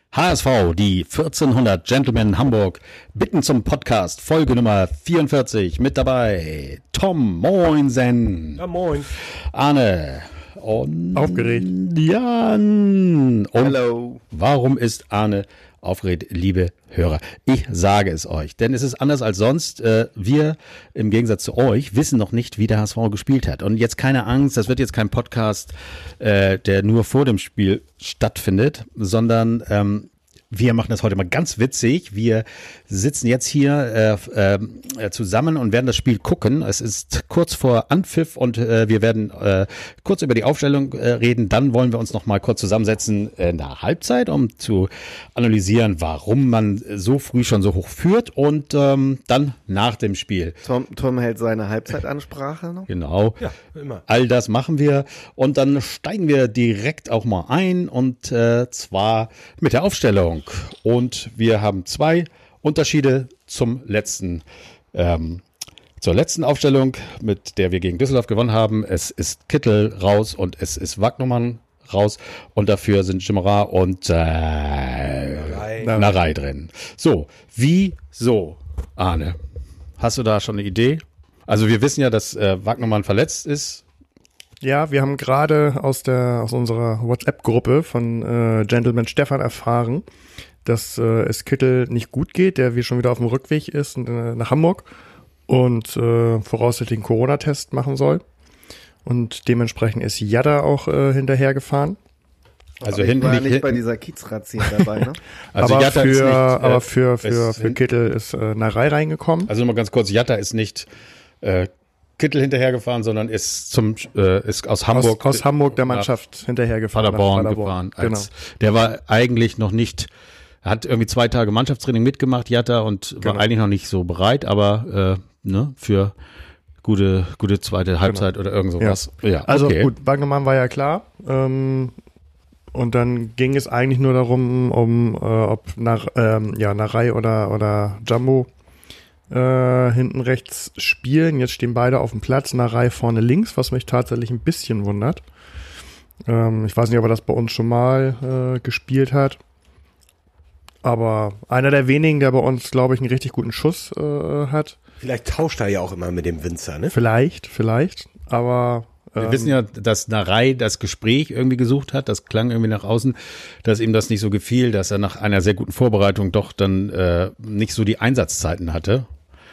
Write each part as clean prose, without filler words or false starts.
HSV, die 1400 Gentlemen Hamburg, bitten zum Podcast, Folge Nummer 44, mit dabei Tom, moinsen. Ja, moin. Arne und aufgeregt. Jan. Und Hallo. Warum ist Arne aufgeregt, liebe Hörer? Ich sage es euch, denn es ist anders als sonst. Wir, im Gegensatz zu euch, wissen noch nicht, wie der HSV gespielt hat. Und jetzt keine Angst, das wird jetzt kein Podcast, der nur vor dem Spiel stattfindet, sondern wir machen das heute mal ganz witzig. Wir sitzen jetzt hier zusammen und werden das Spiel gucken. Es ist kurz vor Anpfiff und wir werden kurz über die Aufstellung reden. Dann wollen wir uns noch mal kurz zusammensetzen in der Halbzeit, um zu analysieren, warum man so früh schon so hoch führt. Und dann nach dem Spiel. Tom hält seine Halbzeitansprache noch. Genau. Ja, immer. All das machen wir. Und dann steigen wir direkt auch mal ein. Und zwar mit der Aufstellung. Und wir haben zwei Unterschiede zur letzten Aufstellung, mit der wir gegen Düsseldorf gewonnen haben. Es ist Kittel raus und es ist Wagnumann raus und dafür sind Schimmerer und Narei drin. So, wieso, Arne? Hast du da schon eine Idee? Also wir wissen ja, dass Wagnumann verletzt ist. Ja, wir haben gerade aus unserer WhatsApp-Gruppe von Gentleman Stefan erfahren, dass es Kittel nicht gut geht, der wie schon wieder auf dem Rückweg ist nach Hamburg und voraussichtlich einen Corona-Test machen soll. Und dementsprechend ist Jadda auch hinterhergefahren. Also hinten war nicht bei dieser Kiezrazzia dabei, ne? Also aber für Kittel ist Narei reingekommen. Also nochmal ganz kurz, Jadda ist nicht Kittel hinterhergefahren, sondern ist aus Hamburg. Aus Hamburg der Mannschaft hinterhergefahren. Paderborn gefahren. Genau. Der war eigentlich noch nicht, hat irgendwie 2 Tage Mannschaftstraining mitgemacht, Jatta, und war eigentlich noch nicht so bereit, aber für gute zweite Halbzeit oder irgend sowas. Ja, also okay. gut, Wagnermann war ja klar. Und dann ging es eigentlich nur darum, ob Narei oder Jumbo hinten rechts spielen. Jetzt stehen beide auf dem Platz, Narei vorne links, was mich tatsächlich ein bisschen wundert. Ich weiß nicht, ob er das bei uns schon mal gespielt hat. Aber einer der wenigen, der bei uns, glaube ich, einen richtig guten Schuss hat. Vielleicht tauscht er ja auch immer mit dem Winzer, ne? Vielleicht. Aber wir wissen ja, dass Narei das Gespräch irgendwie gesucht hat. Das klang irgendwie nach außen, dass ihm das nicht so gefiel, dass er nach einer sehr guten Vorbereitung doch dann nicht so die Einsatzzeiten hatte.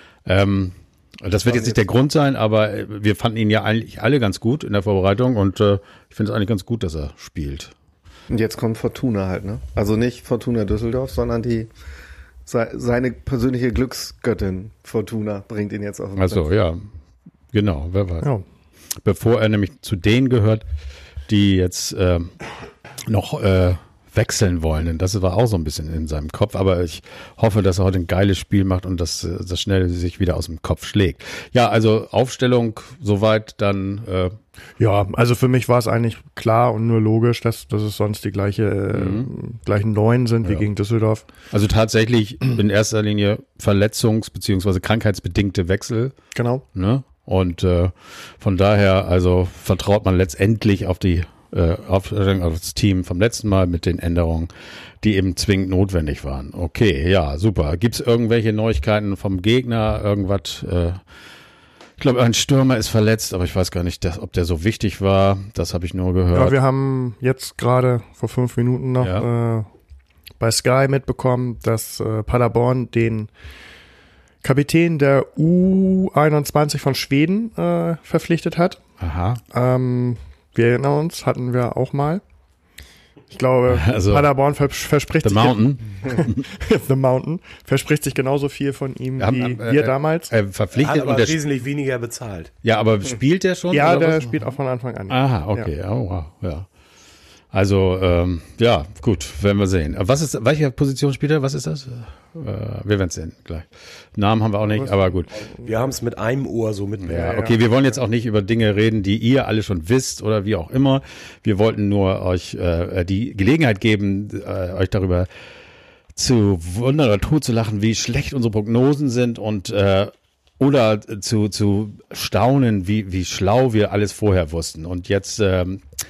Das wird jetzt nicht der Grund sein, aber wir fanden ihn ja eigentlich alle ganz gut in der Vorbereitung und ich finde es eigentlich ganz gut, dass er spielt. Und jetzt kommt Fortuna halt, ne? Also nicht Fortuna Düsseldorf, sondern seine persönliche Glücksgöttin Fortuna bringt ihn jetzt auf den Platz. Also ja, genau, wer weiß. ja. Bevor er nämlich zu denen gehört, die jetzt noch wechseln wollen. Denn das war auch so ein bisschen in seinem Kopf. Aber ich hoffe, dass er heute ein geiles Spiel macht und dass das schnell sich wieder aus dem Kopf schlägt. Ja, also Aufstellung soweit dann. Ja, also für mich war es eigentlich klar und nur logisch, dass es sonst die gleichen 9 sind wie gegen Düsseldorf. Also tatsächlich in erster Linie Verletzungs- bzw. krankheitsbedingte Wechsel. Genau. Ne? Und von daher, also vertraut man letztendlich auf auf das Team vom letzten Mal mit den Änderungen, die eben zwingend notwendig waren. Okay, ja, super. Gibt's irgendwelche Neuigkeiten vom Gegner? Irgendwas? Ich glaube, ein Stürmer ist verletzt, aber ich weiß gar nicht, ob der so wichtig war. Das habe ich nur gehört. Ja, wir haben jetzt gerade vor 5 Minuten noch bei Sky mitbekommen, dass Paderborn den Kapitän der U21 von Schweden verpflichtet hat. Aha. Wir erinnern uns, hatten wir auch mal. Ich glaube, also, Paderborn verspricht The Mountain. The Mountain verspricht sich genauso viel von ihm wie wir damals. Verpflichtet Hat aber und wesentlich weniger bezahlt. Ja, aber spielt der schon? Ja, oder der was? spielt auch von Anfang an. Aha, okay. Ja. Oh, wow. Ja. Also, ja, gut, werden wir sehen. Welche Position spielt er? Was ist das? Wir werden es sehen gleich. Namen haben wir auch nicht, aber gut. Wir haben es mit einem Ohr so mitbekommen. Ja, okay, wir wollen jetzt auch nicht über Dinge reden, die ihr alle schon wisst oder wie auch immer. Wir wollten nur euch die Gelegenheit geben, euch darüber zu wundern oder totzulachen, wie schlecht unsere Prognosen sind und oder zu staunen, wie schlau wir alles vorher wussten. Und jetzt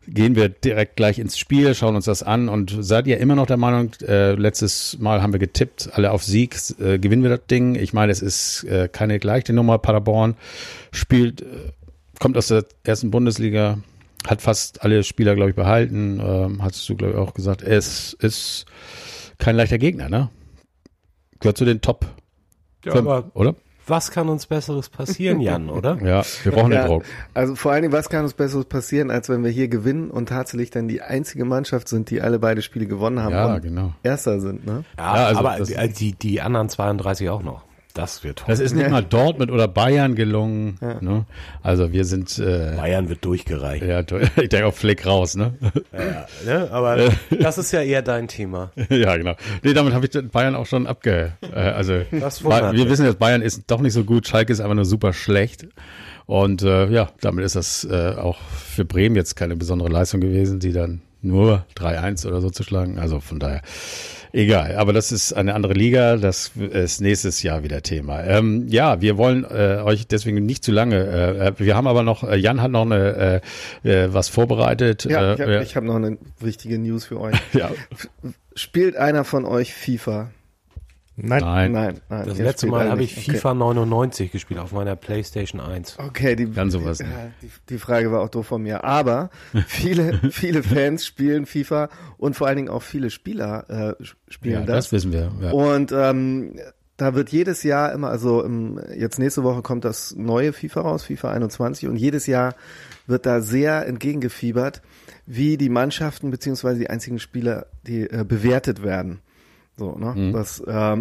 gehen wir direkt gleich ins Spiel, schauen uns das an und seid ihr immer noch der Meinung, letztes Mal haben wir getippt, alle auf Sieg, gewinnen wir das Ding? Ich meine, es ist keine leichte Nummer. Paderborn spielt, kommt aus der ersten Bundesliga, hat fast alle Spieler, glaube ich, behalten, hast du, glaube ich, auch gesagt. Es ist kein leichter Gegner, ne? Gehört zu den Top 5, oder? Was kann uns Besseres passieren, Jan, oder? Ja, wir brauchen den Druck. Also vor allen Dingen, was kann uns Besseres passieren, als wenn wir hier gewinnen und tatsächlich dann die einzige Mannschaft sind, die alle beide Spiele gewonnen haben Ja, und genau. Erster sind, ne? Ja, also aber das- die anderen 32 auch noch. Das wird toll. Das ist nicht mal Dortmund oder Bayern gelungen. Ne? Also wir sind Bayern wird durchgereicht. ja, ich denke auf Flick raus, ne? Ja, ne? Aber das ist ja eher dein Thema. Ja, genau. Nee, damit habe ich Bayern auch schon also Das wundert wir mich. wissen jetzt, Bayern ist doch nicht so gut, Schalke ist einfach nur super schlecht. Und ja, damit ist das auch für Bremen jetzt keine besondere Leistung gewesen, die dann nur 3-1 oder so zu schlagen. Also von daher egal. Aber das ist eine andere Liga. Das ist nächstes Jahr wieder Thema. Ja, wir wollen euch deswegen nicht zu lange. Wir haben aber noch, Jan hat noch was vorbereitet. Ja, ich hab noch eine wichtige News für euch. Ja. Spielt einer von euch FIFA? Nein. Nein. Das ihr letzte spielt Mal alle habe ich nicht. FIFA 99 gespielt auf meiner PlayStation 1. Okay, Kann sowas nicht. die Frage war auch doof von mir. Aber viele Fans spielen FIFA und vor allen Dingen auch viele Spieler spielen Ja, das. das wissen wir. Ja. Und da wird jedes Jahr immer, also jetzt nächste Woche kommt das neue FIFA raus, FIFA 21, und jedes Jahr wird da sehr entgegengefiebert, wie die Mannschaften beziehungsweise die einzigen Spieler, die bewertet werden. So, ne? Das,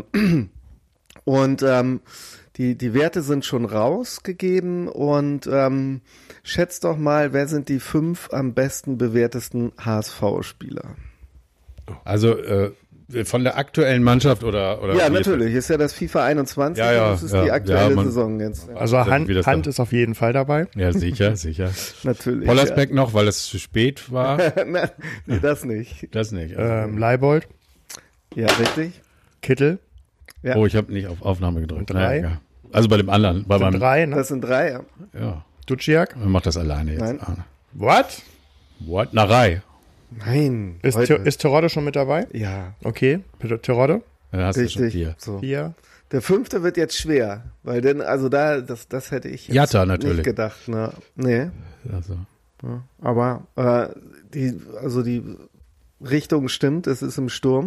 die Werte sind schon rausgegeben und schätzt doch mal, wer sind die 5 am besten bewertesten HSV-Spieler? Also von der aktuellen Mannschaft oder Ja, wie natürlich, ist ja das FIFA 21, Ja, das ist ja, die aktuelle ja, Saison jetzt. Ja, Also Wie das Hand dann- ist auf jeden Fall dabei. Ja, sicher. natürlich. Pollersbeck noch, weil es zu spät war. Ja. Nein, nee, das nicht. Das nicht. Also, Leibold, Ja, richtig. Kittel, Ja. Oh, ich habe nicht auf Aufnahme gedrückt. Drei? Naja, also bei dem anderen, bei meinem. 3, ne? Das sind 3, ja. Ja, Duciak. man macht das alleine jetzt. Nein. Ah. What? What? Narei. Nein. Ist heute. ist Terodde schon mit dabei? Ja, Okay, Terodde. Dann hast du schon richtig. 4. So. 4. Der 5. wird jetzt schwer, weil denn, also das hätte ich jetzt Jatta natürlich. nicht gedacht. Ne? Nee, Also. aber die Richtung stimmt, es ist im Sturm.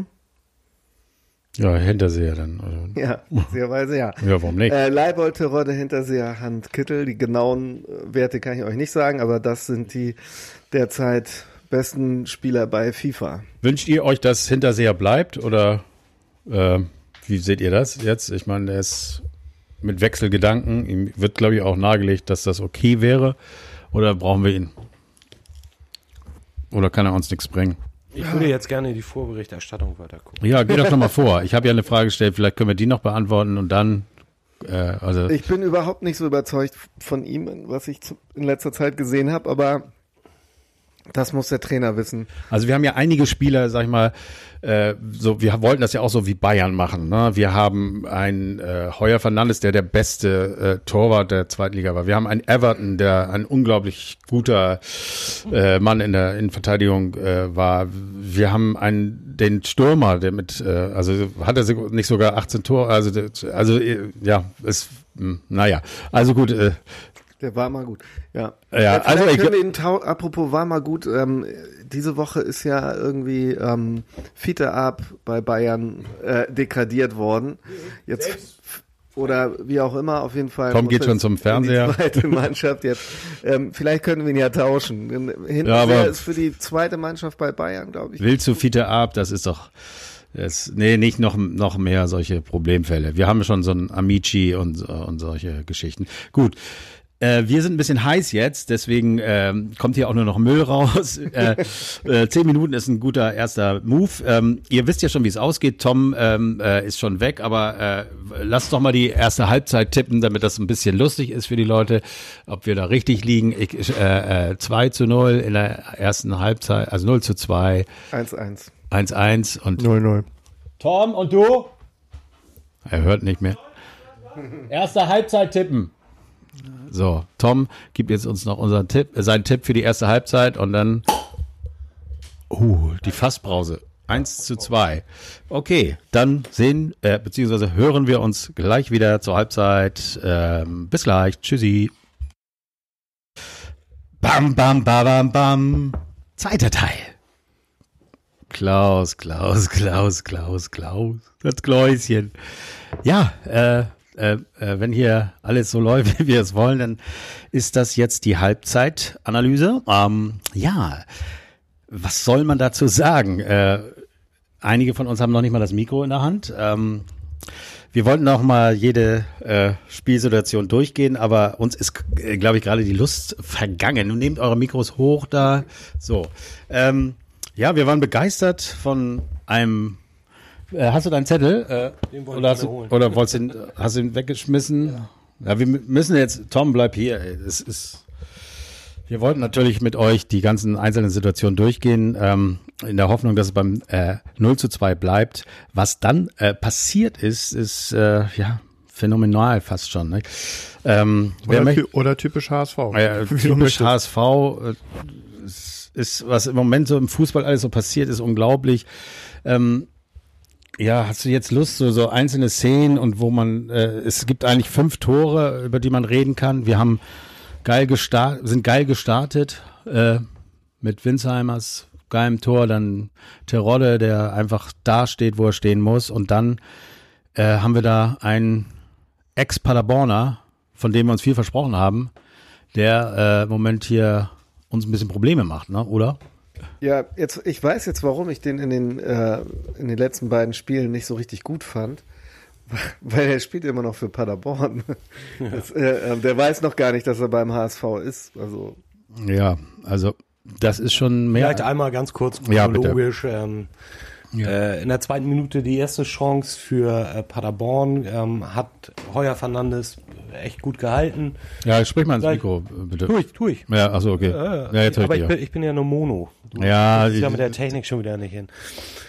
Ja, Hinterseher dann. Oder? Ja, sehr ja. Ja, warum nicht? Leibold, Terodde, Hinterseher, Hand, Kittel. Die genauen Werte kann ich euch nicht sagen, aber das sind die derzeit besten Spieler bei FIFA. Wünscht ihr euch, dass Hinterseher bleibt oder wie seht ihr das jetzt? Ich meine, er ist mit Wechselgedanken. Ihm wird, glaube ich, auch nahegelegt, dass das okay wäre. Oder brauchen wir ihn? Oder kann er uns nichts bringen? Ich würde jetzt gerne die Vorberichterstattung weiter gucken. Ja, geh doch schon mal vor. Ich habe ja eine Frage gestellt, vielleicht können wir die noch beantworten und dann, also Ich bin überhaupt nicht so überzeugt von ihm, was ich in letzter Zeit gesehen habe, aber das muss der Trainer wissen. wir haben ja einige Spieler, sag ich mal, so, wir wollten das ja auch so wie Bayern machen. Ne? Wir haben einen Heuer Fernandes, der beste Torwart der Zweitliga war. Wir haben einen Everton, der ein unglaublich guter Mann in der Innenverteidigung war. Wir haben den Stürmer, der hat er nicht sogar 18 Tore, naja, also gut, Der war mal gut. Ja. Ja, Vielleicht also können wir ihn apropos war mal gut. Diese Woche ist ja irgendwie Fiete Ab bei Bayern degradiert worden. Jetzt oder wie auch immer, auf jeden Fall. Tom muss geht er schon zum Fernseher. in die zweite Mannschaft jetzt. Vielleicht können wir ihn ja tauschen. Hinten Ja, aber- ist für die zweite Mannschaft bei Bayern, glaube ich. willst du Fiete ab, das ist doch, nicht noch mehr solche Problemfälle. Wir haben schon so ein Amici und solche Geschichten. Gut. Wir sind ein bisschen heiß jetzt, deswegen kommt hier auch nur noch Müll raus. 10 Minuten ist ein guter erster Move. Ihr wisst ja schon, wie es ausgeht. Tom ist schon weg, aber lasst doch mal die erste Halbzeit tippen, damit das ein bisschen lustig ist für die Leute, ob wir da richtig liegen. 2-0 in der ersten Halbzeit, also 0-2, 1-1. 1-1 und 0-0. Tom, und du? Er hört nicht mehr. Erste Halbzeit tippen. So, Tom gibt jetzt uns noch seinen Tipp für die erste Halbzeit und dann Die Fassbrause. 1:2. Okay, dann beziehungsweise hören wir uns gleich wieder zur Halbzeit. Bis gleich. Tschüssi. Bam, bam, bam, bam, bam. Zweiter Teil. Klaus. Das Kläuschen. Ja, wenn hier alles so läuft, wie wir es wollen, dann ist das jetzt die Halbzeitanalyse. Ja, was soll man dazu sagen? Einige von uns haben noch nicht mal das Mikro in der Hand. Wir wollten noch mal jede Spielsituation durchgehen, aber uns ist, glaube ich, gerade die Lust vergangen. Nun nehmt eure Mikros hoch da. So. Ja, wir waren begeistert von einem. Hast du deinen Zettel? Oder hast du ihn weggeschmissen? Ja, wir müssen jetzt. Tom, bleib hier. Ey. Wir wollten natürlich mit euch die ganzen einzelnen Situationen durchgehen, in der Hoffnung, dass es beim 0:2 bleibt. Was dann passiert ist ja phänomenal fast schon. Ne? Oder typisch HSV. Typisch HSV ist, was im Moment so im Fußball alles so passiert, ist unglaublich. Ja, hast du jetzt Lust, so einzelne Szenen und wo man, es gibt eigentlich 5 Tore, über die man reden kann. Wir haben sind geil gestartet mit Winsheimers geilem Tor, dann Terodde, der einfach da steht, wo er stehen muss, und dann haben wir da einen Ex-Paderborner, von dem wir uns viel versprochen haben, der im Moment hier uns ein bisschen Probleme macht, ne? Oder? Ja, ich weiß jetzt, warum ich den in den letzten beiden Spielen nicht so richtig gut fand. Weil er spielt immer noch für Paderborn. Ja. Der weiß noch gar nicht, dass er beim HSV ist. Also. Ja, also das ist schon mehr. Vielleicht einmal ganz kurz chronologisch. Ja, in der zweiten Minute die erste Chance für Paderborn hat Heuer Fernandes echt gut gehalten. Ja, sprich mal ins Mikro, bitte. Tu ich. Ja, achso, okay. Ja, jetzt aber ich bin ja nur Mono. Das ist ja mit der Technik schon wieder nicht hin.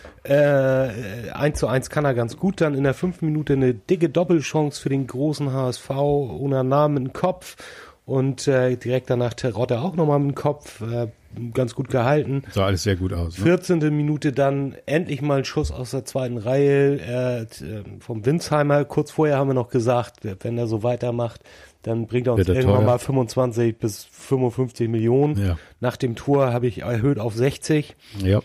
1:1 kann er ganz gut, dann in der 5. Minute eine dicke Doppelchance für den großen HSV, ohne Namen mit dem Kopf, und direkt danach Terodde auch nochmal mit dem Kopf, ganz gut gehalten. Sah alles sehr gut aus. Ne? 14. Minute dann endlich mal ein Schuss aus der zweiten Reihe vom Winsheimer. Kurz vorher haben wir noch gesagt, wenn er so weitermacht, dann bringt er uns irgendwann mal 25 bis 55 Millionen. Ja. Nach dem Tor habe ich erhöht auf 60. Ja.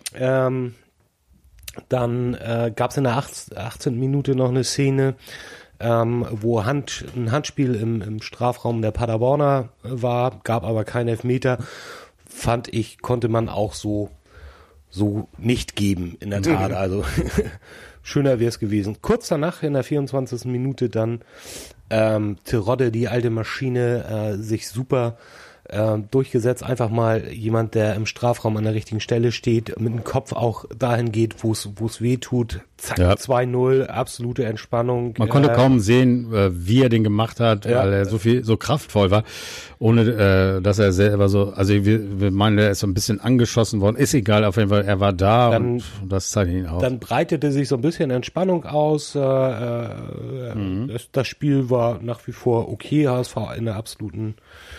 Dann gab es in der 18. Minute noch eine Szene, wo ein Handspiel im Strafraum der Paderborner war, gab aber keinen Elfmeter. Fand ich, konnte man auch so nicht geben, in der Tat. Also schöner wäre es gewesen. Kurz danach, in der 24. Minute, dann Terodde, die alte Maschine, sich super durchgesetzt. Einfach mal jemand, der im Strafraum an der richtigen Stelle steht, mit dem Kopf auch dahin geht, wo es weh tut. Zack, ja. 2:0, absolute Entspannung. Man konnte kaum sehen, wie er den gemacht hat, weil er so kraftvoll war, ohne dass er selber so, also wir meinen, er ist so ein bisschen angeschossen worden. Ist egal, auf jeden Fall, er war da, und das zeigt ihn auch. Dann breitete sich so ein bisschen Entspannung aus. Das Spiel war nach wie vor okay, HSV in der absoluten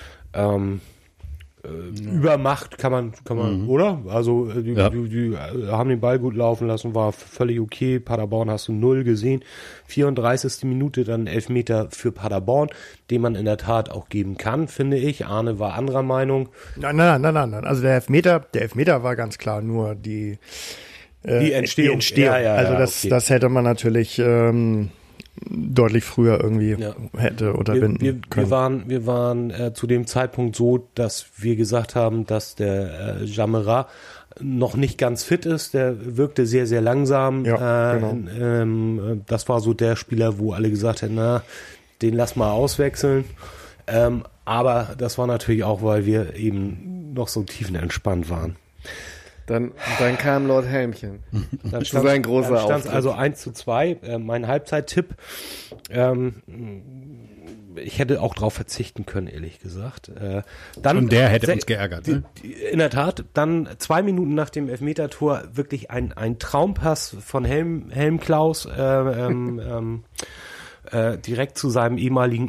Übermacht kann man, oder? Also die haben den Ball gut laufen lassen, war völlig okay. Paderborn hast du 0 gesehen. 34. Minute dann Elfmeter für Paderborn, den man in der Tat auch geben kann, finde ich. Arne war anderer Meinung. Nein. Also der Elfmeter war ganz klar nur die Entstehung. Ja, also das hätte man natürlich deutlich früher irgendwie hätte oder binden können. Wir waren zu dem Zeitpunkt so, dass wir gesagt haben, dass der Jamera noch nicht ganz fit ist. Der wirkte sehr, sehr langsam. Ja, genau. Das war so der Spieler, wo alle gesagt hätten, den lass mal auswechseln. Aber das war natürlich auch, weil wir eben noch so tiefenentspannt waren. Dann kam Lord Helmchen. Dann stand ein großer Auftritt. Also 1:2. Mein Halbzeittipp. Ich hätte auch drauf verzichten können, ehrlich gesagt. Und der hätte uns geärgert. Ne? In der Tat. Dann 2 Minuten nach dem Elfmetertor wirklich ein Traumpass von Helm Klaus direkt zu seinem ehemaligen,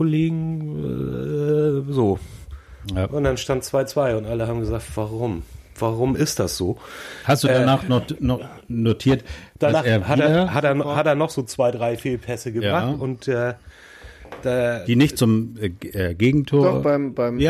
Mannschaftskollegen, so. Ja. Und dann stand 2:2 und alle haben gesagt, warum? warum ist das so? Hast du danach notiert, Danach dass hat er noch so 2, 3 Fehlpässe gebracht und die nicht zum Gegentor. Doch, beim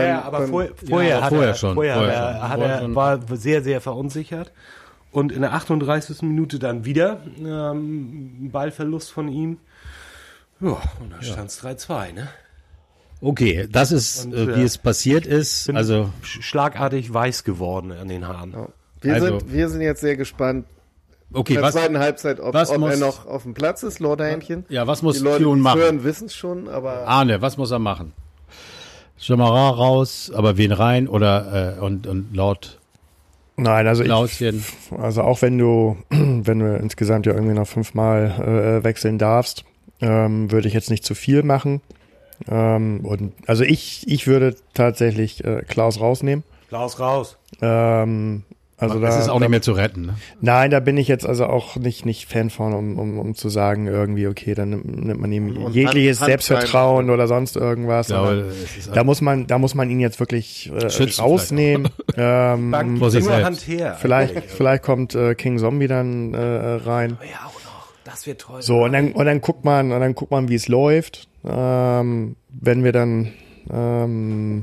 vorher schon. Vorher War sehr, sehr verunsichert. Und in der 38. Minute dann wieder ein Ballverlust von ihm. Ja, und dann stand es 3-2, ne? Okay, das ist, wie es passiert ist. Also schlagartig weiß geworden an den Haaren. Ja. Wir sind jetzt sehr gespannt. Okay, in der zweiten Halbzeit, ob er noch auf dem Platz ist, Lord Hähnchen. Ja, was muss die Leute, Thun machen? Die hören, wissen es schon, aber... Arne, was muss er machen? Jamara raus, aber wen rein oder und laut Nein, also Klauschen? Also auch wenn du insgesamt ja irgendwie noch 5-mal wechseln darfst, würde ich jetzt nicht zu viel machen. Und also ich würde tatsächlich Klaus rausnehmen. Klaus raus. Also das ist auch nicht mehr zu retten, ne? Nein, da bin ich jetzt also auch nicht Fan von, um zu sagen, irgendwie, okay, dann nimmt man ihm jegliches Selbstvertrauen oder sonst irgendwas. Glaube, da muss man ihn jetzt wirklich rausnehmen. Hand her. Vielleicht kommt King Zombie dann rein. Ja, auch noch. Das wird toll. So, und dann guckt man, wie es läuft. Wenn wir dann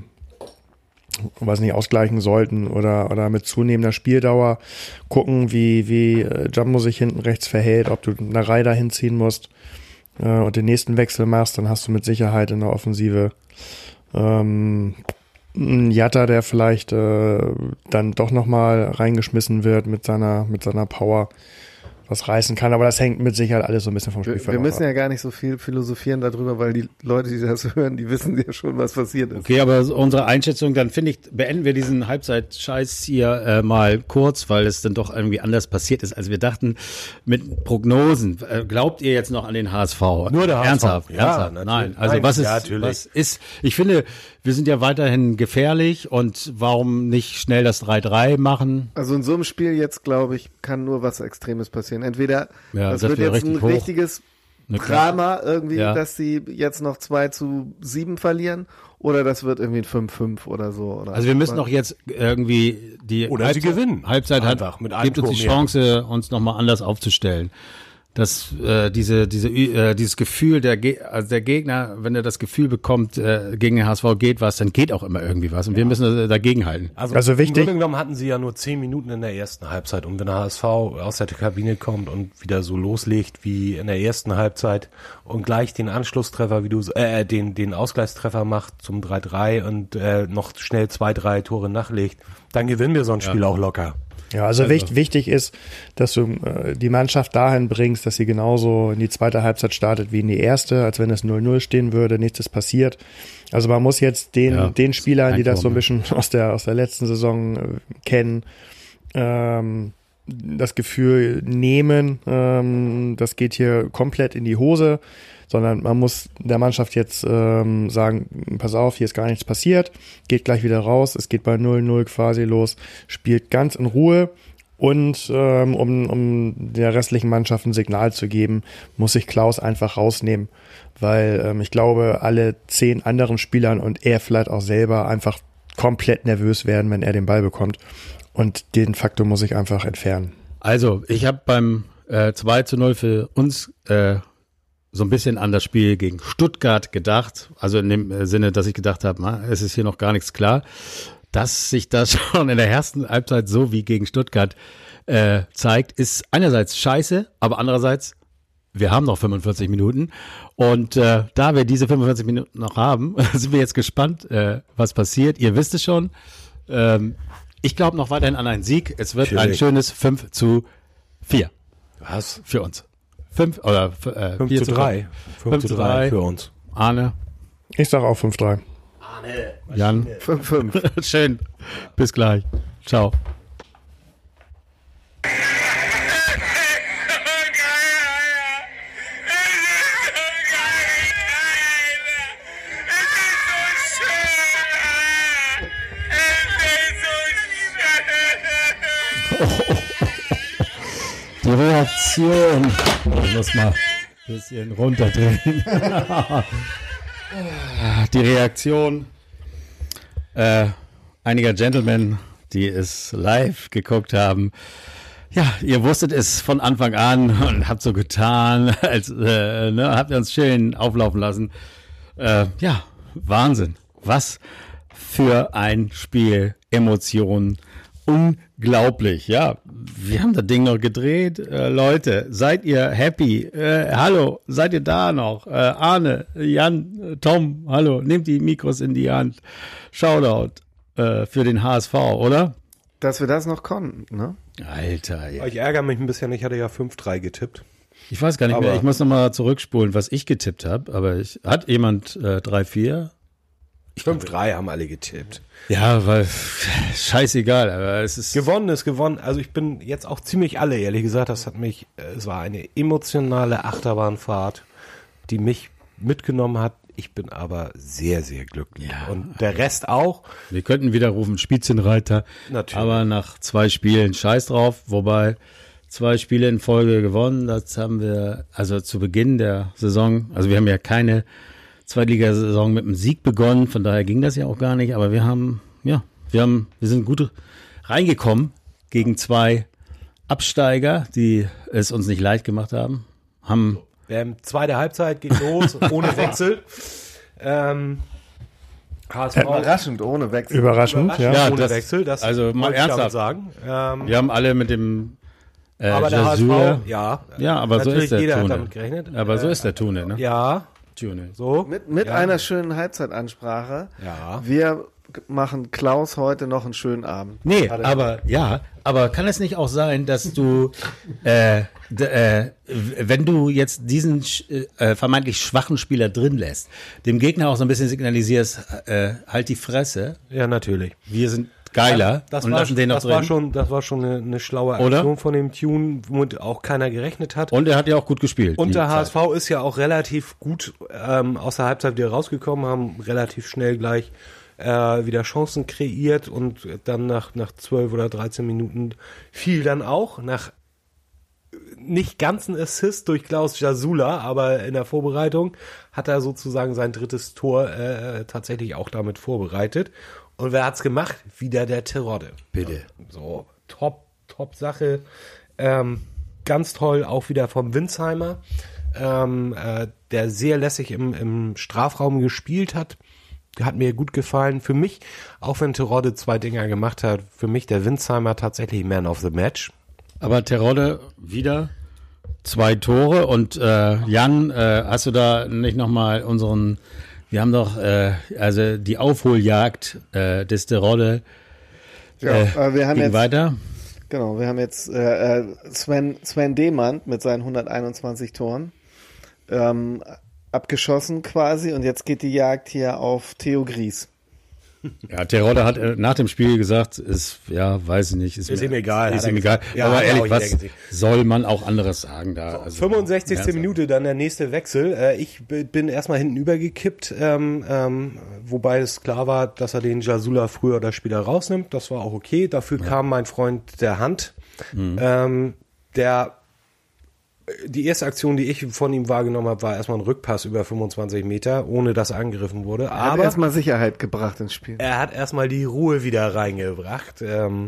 was nicht ausgleichen sollten oder mit zunehmender Spieldauer gucken, wie Jumbo sich hinten rechts verhält, ob du eine Reihe dahin ziehen musst und den nächsten Wechsel machst, dann hast du mit Sicherheit in der Offensive einen Jatta, der vielleicht dann doch nochmal reingeschmissen wird mit seiner Power, was reißen kann, aber das hängt mit Sicherheit alles so ein bisschen vom Spielverlauf ab. Wir müssen ja gar nicht so viel philosophieren darüber, weil die Leute, die das hören, die wissen ja schon, was passiert ist. Okay, aber unsere Einschätzung, dann finde ich, beenden wir diesen Halbzeit-Scheiß hier mal kurz, weil es dann doch irgendwie anders passiert ist, als wir dachten, mit Prognosen. Glaubt ihr jetzt noch an den HSV? Nur der HSV. Ernsthaft? Ja, Nein. Also was ist, ich finde, wir sind ja weiterhin gefährlich und warum nicht schnell das 3-3 machen? Also in so einem Spiel jetzt, glaube ich, kann nur was Extremes passieren. Entweder das wird wir jetzt ein richtiges Drama irgendwie, Ja. dass sie jetzt noch 2-7 verlieren, oder das wird irgendwie ein 5-5 oder so. Oder Also wir müssen doch jetzt irgendwie die Oder sie gewinnen. Halbzeit Einfach mit einem gibt uns Tor die mehr. Chance, uns nochmal anders aufzustellen. Dass dieses Gefühl, der Gegner, wenn er das Gefühl bekommt, gegen den HSV geht was, dann geht auch immer irgendwie was. Und wir müssen dagegenhalten. Also wichtig. Im Grunde genommen hatten sie ja nur 10 Minuten in der ersten Halbzeit. Und wenn der HSV aus der Kabine kommt und wieder so loslegt wie in der ersten Halbzeit und gleich den Anschlusstreffer, den Ausgleichstreffer macht zum 3-3 und noch schnell 2, 3 Tore nachlegt, dann gewinnen wir so ein Spiel auch locker. Ja, also wichtig ist, dass du die Mannschaft dahin bringst, dass sie genauso in die zweite Halbzeit startet wie in die erste, als wenn es 0-0 stehen würde, nichts ist passiert. Also man muss jetzt den Spielern, die das so ein bisschen aus der letzten Saison kennen, das Gefühl nehmen, das geht hier komplett in die Hose, sondern man muss der Mannschaft jetzt sagen, pass auf, hier ist gar nichts passiert, geht gleich wieder raus, es geht bei 0-0 quasi los, spielt ganz in Ruhe und um der restlichen Mannschaft ein Signal zu geben, muss sich Klaus einfach rausnehmen, weil ich glaube, alle 10 anderen Spielern und er vielleicht auch selber einfach komplett nervös werden, wenn er den Ball bekommt, und den Faktor muss ich einfach entfernen. Also, ich habe beim 2-0 für uns so ein bisschen an das Spiel gegen Stuttgart gedacht, also in dem Sinne, dass ich gedacht habe, es ist hier noch gar nichts klar, dass sich das schon in der ersten Halbzeit so wie gegen Stuttgart zeigt, ist einerseits scheiße, aber andererseits, wir haben noch 45 Minuten und da wir diese 45 Minuten noch haben, sind wir jetzt gespannt, was passiert. Ihr wisst es schon, ich glaube noch weiterhin an einen Sieg, es wird ein schönes 5-4. Was? Für uns. 5 oder 5-3. 5-3 für uns. Arne. Ich sage auch 5-3. Arne. Jan. 5-5. Schön. Bis gleich. Ciao. Die Reaktion. Ich muss mal ein bisschen runterdrehen. Die Reaktion einiger Gentlemen die es live geguckt haben. Ja, ihr wusstet es von Anfang an und habt so getan, als habt ihr uns schön auflaufen lassen. Ja, Wahnsinn. Was für ein Spiel, Emotionen, unglaublich. Ja, wir haben das Ding noch gedreht. Leute, seid ihr happy? Hallo, seid ihr da noch? Arne, Jan, Tom, hallo, nehmt die Mikros in die Hand. Shoutout für den HSV, oder? Dass wir das noch konnten, ne? Alter, ja. Ich ärgere mich ein bisschen, ich hatte ja 5-3 getippt. Ich weiß gar nicht mehr, ich muss nochmal zurückspulen, was ich getippt habe, aber hat jemand 3-4? 5-3 haben alle getippt. Ja, weil scheißegal, aber es ist... Gewonnen ist gewonnen. Also ich bin jetzt auch ziemlich alle, ehrlich gesagt, es war eine emotionale Achterbahnfahrt, die mich mitgenommen hat. Ich bin aber sehr, sehr glücklich. Ja. Und der Rest auch. Wir könnten wieder rufen, Spitzenreiter. Natürlich. Aber nach 2 Spielen scheiß drauf. Wobei 2 Spiele in Folge gewonnen. Das haben wir, also zu Beginn der Saison, also wir haben ja keine Zweitligasaison mit einem Sieg begonnen. Von daher ging das ja auch gar nicht. Aber wir sind gut reingekommen gegen 2 Absteiger, die es uns nicht leicht gemacht haben. Zweite Halbzeit geht los, ohne Wechsel. HSV Überraschend, ohne Wechsel. Überraschend, ja. Ja, ohne das- Wechsel, das also mal wollte ich damit ernsthaft. sagen. Wir haben alle mit dem Aber der Jasula- HSV, ja. Ja, aber so Natürlich, ist der jeder hat Tune. damit gerechnet. Aber so ist der Tune, ne? Ja, Tune. so. Mit ja. einer schönen Halbzeitansprache. Ja. Wir machen Klaus heute noch einen schönen Abend. Nee, aber kann es nicht auch sein, dass du, wenn du jetzt diesen vermeintlich schwachen Spieler drin lässt, dem Gegner auch so ein bisschen signalisierst, halt die Fresse, Ja, natürlich. wir sind geiler und lassen den noch das drin. Das war schon eine schlaue Oder? Aktion von dem Tune, womit auch keiner gerechnet hat. Und er hat ja auch gut gespielt. Und die der Zeit. HSV ist ja auch relativ gut aus der Halbzeit wieder rausgekommen, haben relativ schnell gleich wieder Chancen kreiert und dann nach 12 oder 13 Minuten fiel dann auch nach nicht ganzen Assist durch Klaus Jasula, aber in der Vorbereitung hat er sozusagen sein drittes Tor tatsächlich auch damit vorbereitet. Und wer hat's gemacht? Wieder der Terodde. Bitte. So, top Sache. Ganz toll, auch wieder vom Winsheimer, der sehr lässig im Strafraum gespielt hat. Hat mir gut gefallen. Für mich, auch wenn Terodde 2 Dinger gemacht hat, für mich der Winsheimer tatsächlich Man of the Match. Aber Terodde wieder 2 Tore und Jan, hast du da nicht nochmal wir haben doch also die Aufholjagd des Terodde wir haben ging jetzt, weiter. genau, wir haben jetzt Sven Demand mit seinen 121 Toren abgeschossen quasi und jetzt geht die Jagd hier auf Theo Gries. Ja, Terodde hat nach dem Spiel gesagt, weiß ich nicht. Ist ihm egal, Ist hat er ihm egal. gesagt. Ja, Aber hat er ehrlich, auch was jeder gesehen. soll man auch anderes sagen da? Also, 65. ernsthaft. Minute, dann der nächste Wechsel. Ich bin erstmal hinten übergekippt, wobei es klar war, dass er den Jasula früher oder später rausnimmt. Das war auch okay. Dafür kam mein Freund der Hand, die erste Aktion, die ich von ihm wahrgenommen habe, war erstmal ein Rückpass über 25 Meter, ohne dass er angegriffen wurde. Er hat Aber erstmal Sicherheit gebracht ins Spiel. er hat erstmal die Ruhe wieder reingebracht.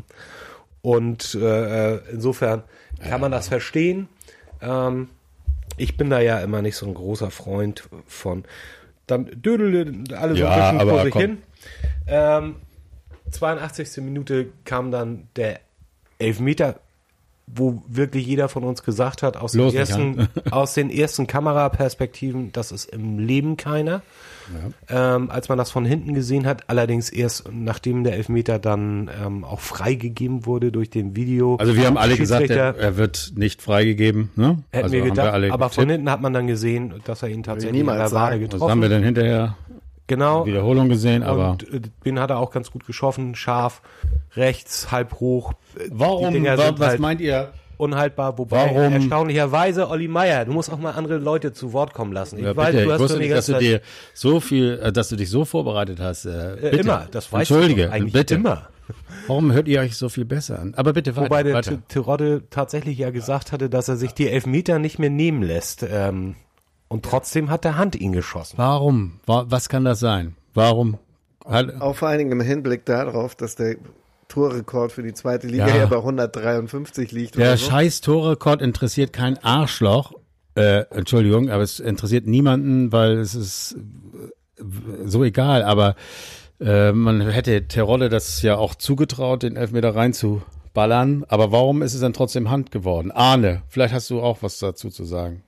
Insofern kann man das verstehen. Ich bin da ja immer nicht so ein großer Freund von. Dann dödeln alle so Ja, ein bisschen aber vor sich komm. hin. 82. Minute kam dann der Elfmeter, wo wirklich jeder von uns gesagt hat, aus Los, den ersten Kameraperspektiven, das ist im Leben keiner. Als man das von hinten gesehen hat, allerdings erst nachdem der Elfmeter dann auch freigegeben wurde durch den Video. Also wir haben alle gesagt, Schiedsrichter er wird nicht freigegeben. Ne? hätten Also wir haben gedacht, alle aber von getippt. hinten hat man dann gesehen, dass er ihn tatsächlich in niemals der Wade sagen. Was getroffen haben wir denn hinterher? Genau. Wiederholung gesehen, aber Und den hat er auch ganz gut geschossen, scharf, rechts, halb hoch. warum, Die Dinger sind was halt meint ihr? unhaltbar, wobei Warum? erstaunlicherweise Olli Meier, du musst auch mal andere Leute zu Wort kommen lassen. Ich Ja, weiß, bitte, du ich hast wusste schon die nicht, dass ganze du Zeit dir so viel, dass du dich so vorbereitet hast. Bitte. immer, das weißt du Entschuldige, doch eigentlich bitte. immer. Warum hört ihr euch so viel besser an? Aber bitte weiter. Wobei der weiter. Terodde tatsächlich ja gesagt hatte, dass er sich die Elfmeter nicht mehr nehmen lässt. Und trotzdem hat der Hand ihn geschossen. Warum? Was kann das sein? Warum? Auch vor allen Dingen im Hinblick darauf, dass der Torrekord für die zweite Liga Ja. ja bei 153 liegt. Der oder so. scheiß Torrekord interessiert kein Arschloch. Entschuldigung, aber es interessiert niemanden, weil es ist so egal. Aber man hätte Terodde das ja auch zugetraut, den Elfmeter reinzuballern. Aber warum ist es dann trotzdem Hand geworden? Arne, vielleicht hast du auch was dazu zu sagen.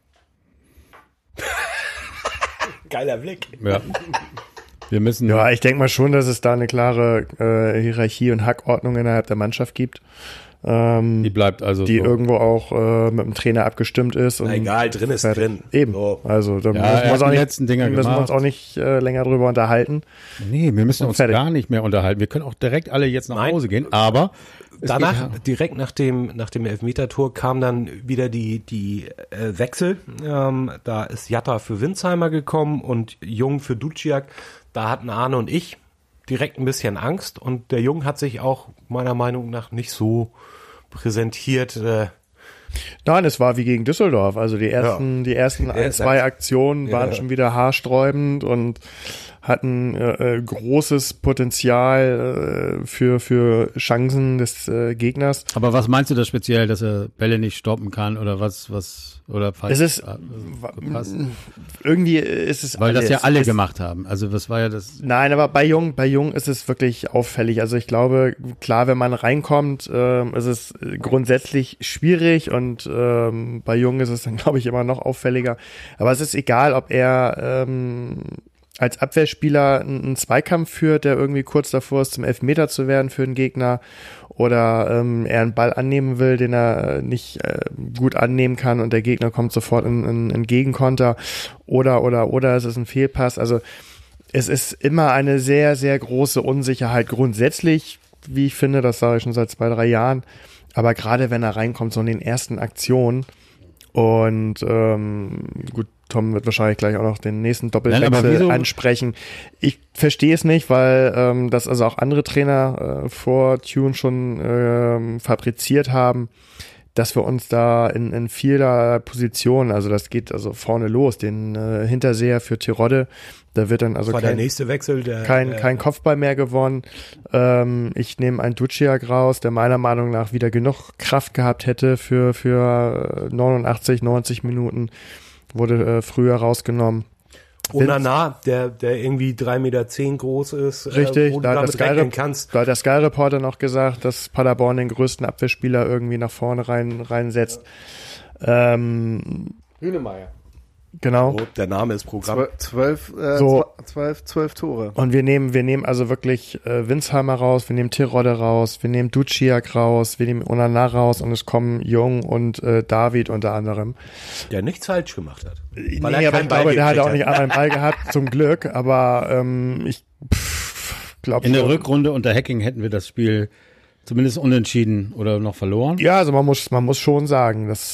Geiler Blick. Ja. Wir müssen. Ja, ich denke mal schon, dass es da eine klare Hierarchie und Hackordnung innerhalb der Mannschaft gibt. Die bleibt also die so. irgendwo auch mit dem Trainer abgestimmt ist. Und Na egal, drin ist fertig. drin. Eben. So. Also da Ja, er hat die letzten Dinger müssen wir uns gemacht. auch nicht länger drüber unterhalten. Nee, wir müssen uns fertig. gar nicht mehr unterhalten. Wir können auch direkt alle jetzt nach Nein. Hause gehen, aber es Danach, geht- direkt nach dem Elfmeter-Tor kam dann wieder die Wechsel. Da ist Jatta für Winsheimer gekommen und Jung für Duciak. Da hatten Arne und ich direkt ein bisschen Angst und der Jung hat sich auch meiner Meinung nach nicht so präsentiert. Nein, es war wie gegen Düsseldorf. Also die ersten ein, zwei Aktionen waren schon wieder haarsträubend und hatten großes Potenzial für Chancen des Gegners. Aber was meinst du da speziell, dass er Bälle nicht stoppen kann oder was oder falsch? Es ist gepasst? irgendwie ist es Weil das ja alles. alle Es- gemacht haben. Also das war ja das. Nein, aber bei Jung ist es wirklich auffällig. Also ich glaube, klar, wenn man reinkommt, ist es grundsätzlich schwierig und bei Jung ist es dann, glaube ich, immer noch auffälliger. Aber es ist egal, ob er als Abwehrspieler einen Zweikampf führt, der irgendwie kurz davor ist, zum Elfmeter zu werden für den Gegner, oder er einen Ball annehmen will, den er nicht gut annehmen kann und der Gegner kommt sofort in Gegenkonter, oder es ist ein Fehlpass. Also es ist immer eine sehr, sehr große Unsicherheit grundsätzlich, wie ich finde, das sage ich schon seit 2-3 Jahren, aber gerade wenn er reinkommt, so in den ersten Aktionen und gut, Tom wird wahrscheinlich gleich auch noch den nächsten Nein, aber Doppelwechsel wieso- ansprechen. Ich verstehe es nicht, weil das also auch andere Trainer vor Tune schon fabriziert haben, dass wir uns da in vieler Position, also das geht also vorne los, den Hinterseher für Terodde, da wird dann also war der nächste Wechsel. kein Kopfball mehr gewonnen. Ich nehme einen Duciak raus, der meiner Meinung nach wieder genug Kraft gehabt hätte für 89, 90 Minuten. Wurde früher rausgenommen. Onana, der irgendwie 3,10 Meter groß ist, Richtig, wo du da hat damit rechnen kannst. der Sky Reporter noch gesagt, dass Paderborn den größten Abwehrspieler irgendwie nach vorne reinsetzt. Hünemeyer. Genau. Oh, der Name ist Programm. 12 Tore. Und wir nehmen also wirklich Winsheimer raus, wir nehmen Terodde raus, wir nehmen Duciak raus, wir nehmen Onana raus und es kommen Jung und David unter anderem. Der nichts falsch gemacht hat. Nee, aber ich glaube, der hat auch nicht einmal einen Ball gehabt, zum Glück, aber ich glaube In der Rückrunde unter Hacking hätten wir das Spiel zumindest unentschieden oder noch verloren. Ja, also man muss schon sagen, dass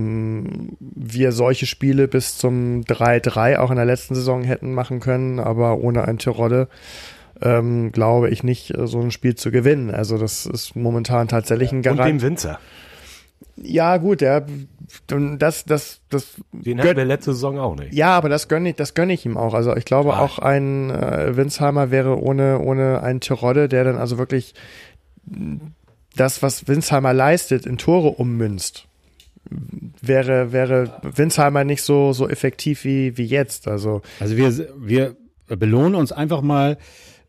wir solche Spiele bis zum 3-3 auch in der letzten Saison hätten machen können, aber ohne ein Terodde glaube ich nicht, so ein Spiel zu gewinnen. Also das ist momentan tatsächlich ein Und dem Garant. Winzer. Ja, gut, das Den gönn- hatten wir letzte Saison auch nicht. ja, aber das gönne ich ihm auch. Also ich glaube Klar. auch ein Winsheimer wäre ohne einen Terodde, der dann also wirklich das, was Winsheimer leistet, in Tore ummünzt, wäre Winsheimer nicht so effektiv wie jetzt. Also Also wir belohnen uns einfach mal,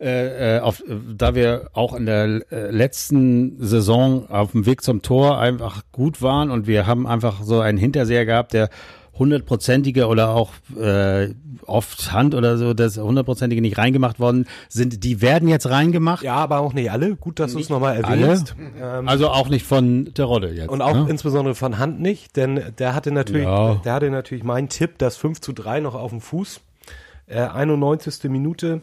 da wir auch in der letzten Saison auf dem Weg zum Tor einfach gut waren und wir haben einfach so einen Hinterseher gehabt, der 100%ige oder auch oft Hand oder so, das 100%ige nicht reingemacht worden sind, die werden jetzt reingemacht. Ja, aber auch nicht alle. Gut, dass du es nochmal alle? erwähnst. Also auch nicht von Terodde jetzt. Und auch ne? insbesondere von Hand nicht, denn der hatte natürlich meinen Tipp, das 5:3 noch auf dem Fuß. 91. Minute.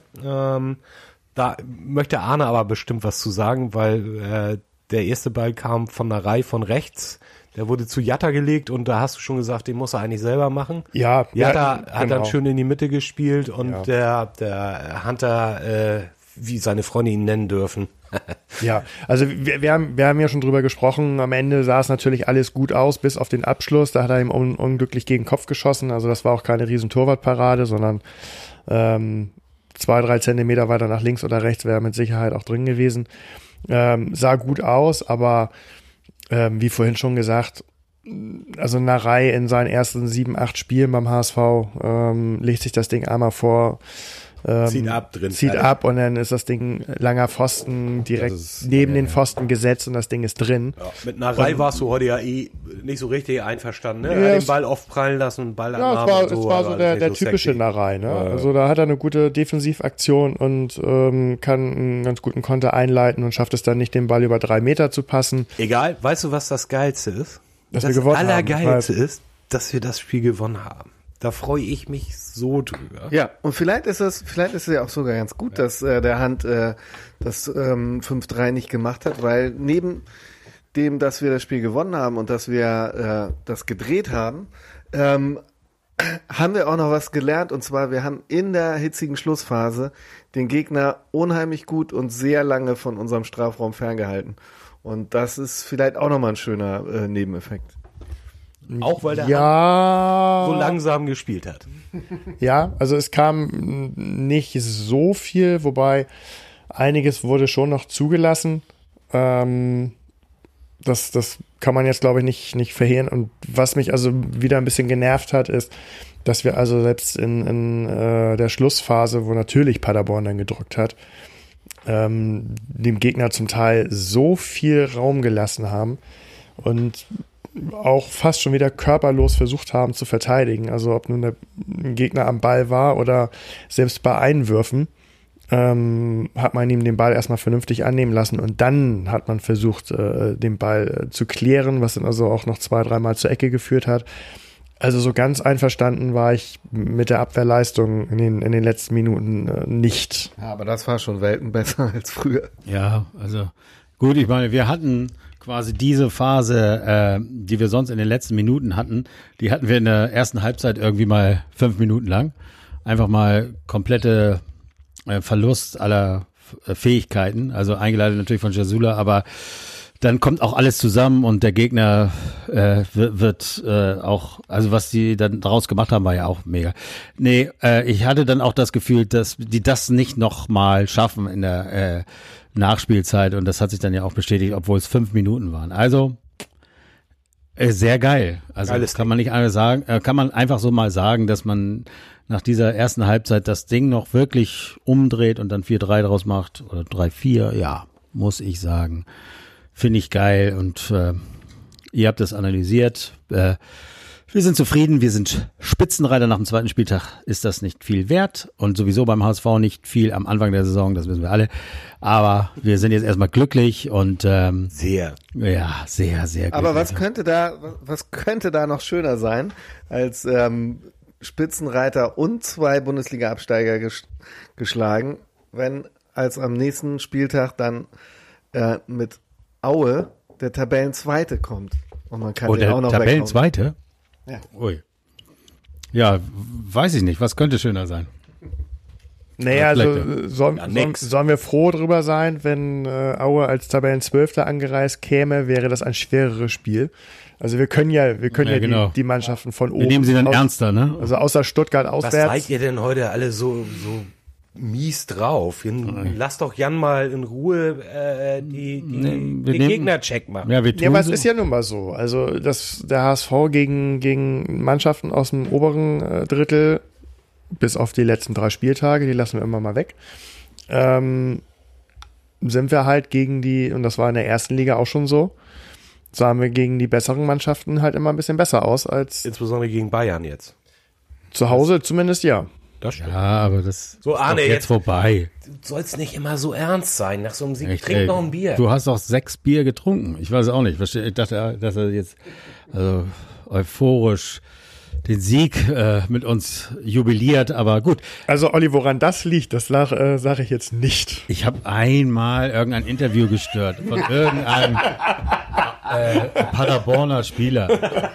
Da möchte Arne aber bestimmt was zu sagen, weil der erste Ball kam von der Reihe von rechts. Der wurde zu Jatta gelegt und da hast du schon gesagt, den muss er eigentlich selber machen. ja, Jatta hat genau. dann schön in die Mitte gespielt und der Hunter, wie seine Freunde ihn nennen dürfen. Ja, also wir haben ja schon drüber gesprochen. Am Ende sah es natürlich alles gut aus, bis auf den Abschluss. Da hat er ihm unglücklich gegen den Kopf geschossen. Also das war auch keine riesen Torwartparade, sondern 2-3 Zentimeter weiter nach links oder rechts wäre er mit Sicherheit auch drin gewesen. Sah gut aus, aber wie vorhin schon gesagt, also Narei in seinen ersten 7, 8 Spielen beim HSV legt sich das Ding einmal vor, Zieht ab drin. Zieht ab und dann ist das Ding langer Pfosten direkt neben den Pfosten gesetzt und das Ding ist drin. Ja, mit Narei warst du heute ja nicht so richtig einverstanden. Ne? Ja, Er hat den Ball oft prallen lassen und Ball ja, es war so der typische Narei. Ne? Also da hat er eine gute Defensivaktion und kann einen ganz guten Konter einleiten und schafft es dann nicht, den Ball über 3 Meter zu passen. Egal, weißt du, was das Geilste ist? Dass wir gewonnen haben. Das Allergeilste ist, dass wir das Spiel gewonnen haben. Da freue ich mich so drüber. Ja, und vielleicht ist es ja auch sogar ganz gut, dass der Hand das 5-3 nicht gemacht hat, weil neben dem, dass wir das Spiel gewonnen haben und dass wir das gedreht haben, haben wir auch noch was gelernt, und zwar wir haben in der hitzigen Schlussphase den Gegner unheimlich gut und sehr lange von unserem Strafraum ferngehalten. Und das ist vielleicht auch nochmal ein schöner Nebeneffekt. Auch weil der ja, so langsam gespielt hat. Ja, also es kam nicht so viel, wobei einiges wurde schon noch zugelassen. Das kann man jetzt, glaube ich, nicht verheeren. Und was mich also wieder ein bisschen genervt hat, ist, dass wir also selbst in der Schlussphase, wo natürlich Paderborn dann gedrückt hat, dem Gegner zum Teil so viel Raum gelassen haben und auch fast schon wieder körperlos versucht haben zu verteidigen. Also ob nun der Gegner am Ball war oder selbst bei Einwürfen, hat man ihm den Ball erstmal vernünftig annehmen lassen und dann hat man versucht, den Ball zu klären, was dann also auch noch 2-3 Mal zur Ecke geführt hat. Also so ganz einverstanden war ich mit der Abwehrleistung in den letzten Minuten nicht. Ja, aber das war schon Welten besser als früher. Ja, also gut, ich meine, wir hatten quasi diese Phase, die wir sonst in den letzten Minuten hatten, die hatten wir in der ersten Halbzeit irgendwie mal 5 Minuten lang. Einfach mal komplette Verlust aller Fähigkeiten, also eingeleitet natürlich von Jasula, aber dann kommt auch alles zusammen und der Gegner wird auch, also was die dann draus gemacht haben, war ja auch mega. Nee, ich hatte dann auch das Gefühl, dass die das nicht nochmal schaffen in der Nachspielzeit, und das hat sich dann ja auch bestätigt, obwohl es 5 Minuten waren. Also sehr geil. Also Geiles kann man nicht anders sagen, kann man einfach so mal sagen, dass man nach dieser ersten Halbzeit das Ding noch wirklich umdreht und dann 4-3 draus macht oder 3-4, ja, muss ich sagen. Finde ich geil, und ihr habt das analysiert. Wir sind zufrieden, wir sind Spitzenreiter. Nach dem zweiten Spieltag ist das nicht viel wert und sowieso beim HSV nicht viel am Anfang der Saison, das wissen wir alle. Aber wir sind jetzt erstmal glücklich und sehr. Ja, sehr, sehr glücklich. Aber was könnte da noch schöner sein, als Spitzenreiter und 2 Bundesliga-Absteiger geschlagen, wenn als am nächsten Spieltag dann mit Aue der Tabellenzweite kommt. Und man kann den auch noch Tabellenzweite? Ja. Ui. Ja, weiß ich nicht. Was könnte schöner sein? Naja, also sollen wir froh drüber sein, wenn Aue als Tabellenzwölfter angereist käme, wäre das ein schwereres Spiel. Also wir können ja genau. die Mannschaften von oben. Wir nehmen sie dann ernster, ne? Also außer Stuttgart auswärts. Was seid ihr denn heute alle so mies drauf? Lasst doch Jan mal in Ruhe den Gegnercheck machen. Ja, aber es ist ja nun mal so. Also der HSV gegen Mannschaften aus dem oberen Drittel, bis auf die letzten 3 Spieltage, die lassen wir immer mal weg, sind wir halt gegen die, und das war in der ersten Liga auch schon so, sahen wir gegen die besseren Mannschaften halt immer ein bisschen besser aus als insbesondere gegen Bayern jetzt. Zu Hause zumindest, ja. Das stimmt. Ja, aber das so, Arne, ist jetzt vorbei. Du sollst nicht immer so ernst sein. Nach so einem Sieg trink noch ein Bier. Du hast doch 6 Bier getrunken. Ich weiß auch nicht. Ich dachte, dass er jetzt euphorisch den Sieg mit uns jubiliert, aber gut. Also Olli, woran das liegt, das sage ich jetzt nicht. Ich habe einmal irgendein Interview gestört von irgendeinem Paderborner Spieler.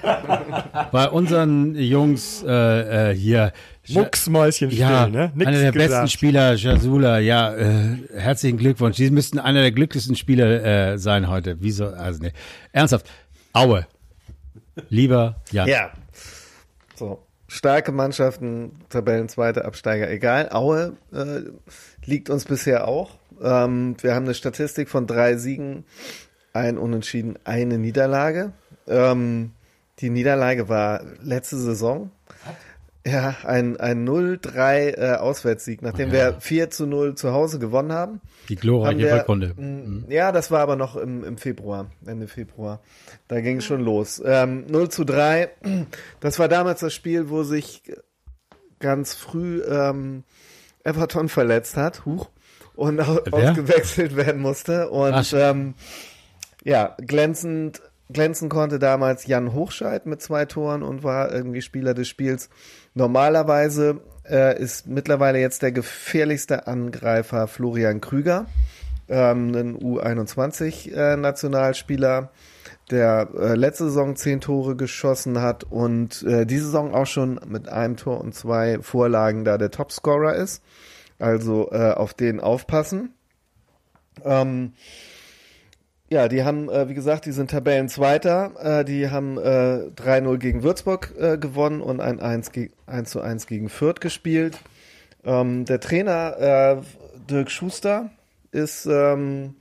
Bei unseren Jungs hier. Mucksmäuschen spielen, ne? Nix einer der besten Spieler, Jasula, ja, herzlichen Glückwunsch. Sie müssten einer der glücklichsten Spieler sein heute. Wieso? Also ne. Ernsthaft. Aue. Lieber Jan. Ja. So. Starke Mannschaften, Tabellenzweite, Absteiger, egal. Aue liegt uns bisher auch. Wir haben eine Statistik von 3 Siegen, 1 Unentschieden, 1 Niederlage. Die Niederlage war letzte Saison. Ja, ein 0-3 Auswärtssieg, nachdem wir 4-0 zu Hause gewonnen haben. Die glorreiche Rückrunde. Ja, das war aber noch im Februar, Ende Februar. Da ging es schon los. 0-3, das war damals das Spiel, wo sich ganz früh Everton verletzt hat, und ausgewechselt werden musste. Und glänzen konnte damals Jan Hochscheid mit 2 Toren und war irgendwie Spieler des Spiels. Normalerweise ist mittlerweile jetzt der gefährlichste Angreifer Florian Krüger, ein U21-Nationalspieler, der letzte Saison 10 Tore geschossen hat und diese Saison auch schon mit 1 Tor und 2 Vorlagen da der Topscorer ist. Also auf den aufpassen. Ja, die haben, wie gesagt, die sind Tabellenzweiter. Die haben 3-0 gegen Würzburg gewonnen und ein 1-1 gegen Fürth gespielt. Der Trainer Dirk Schuster ist ein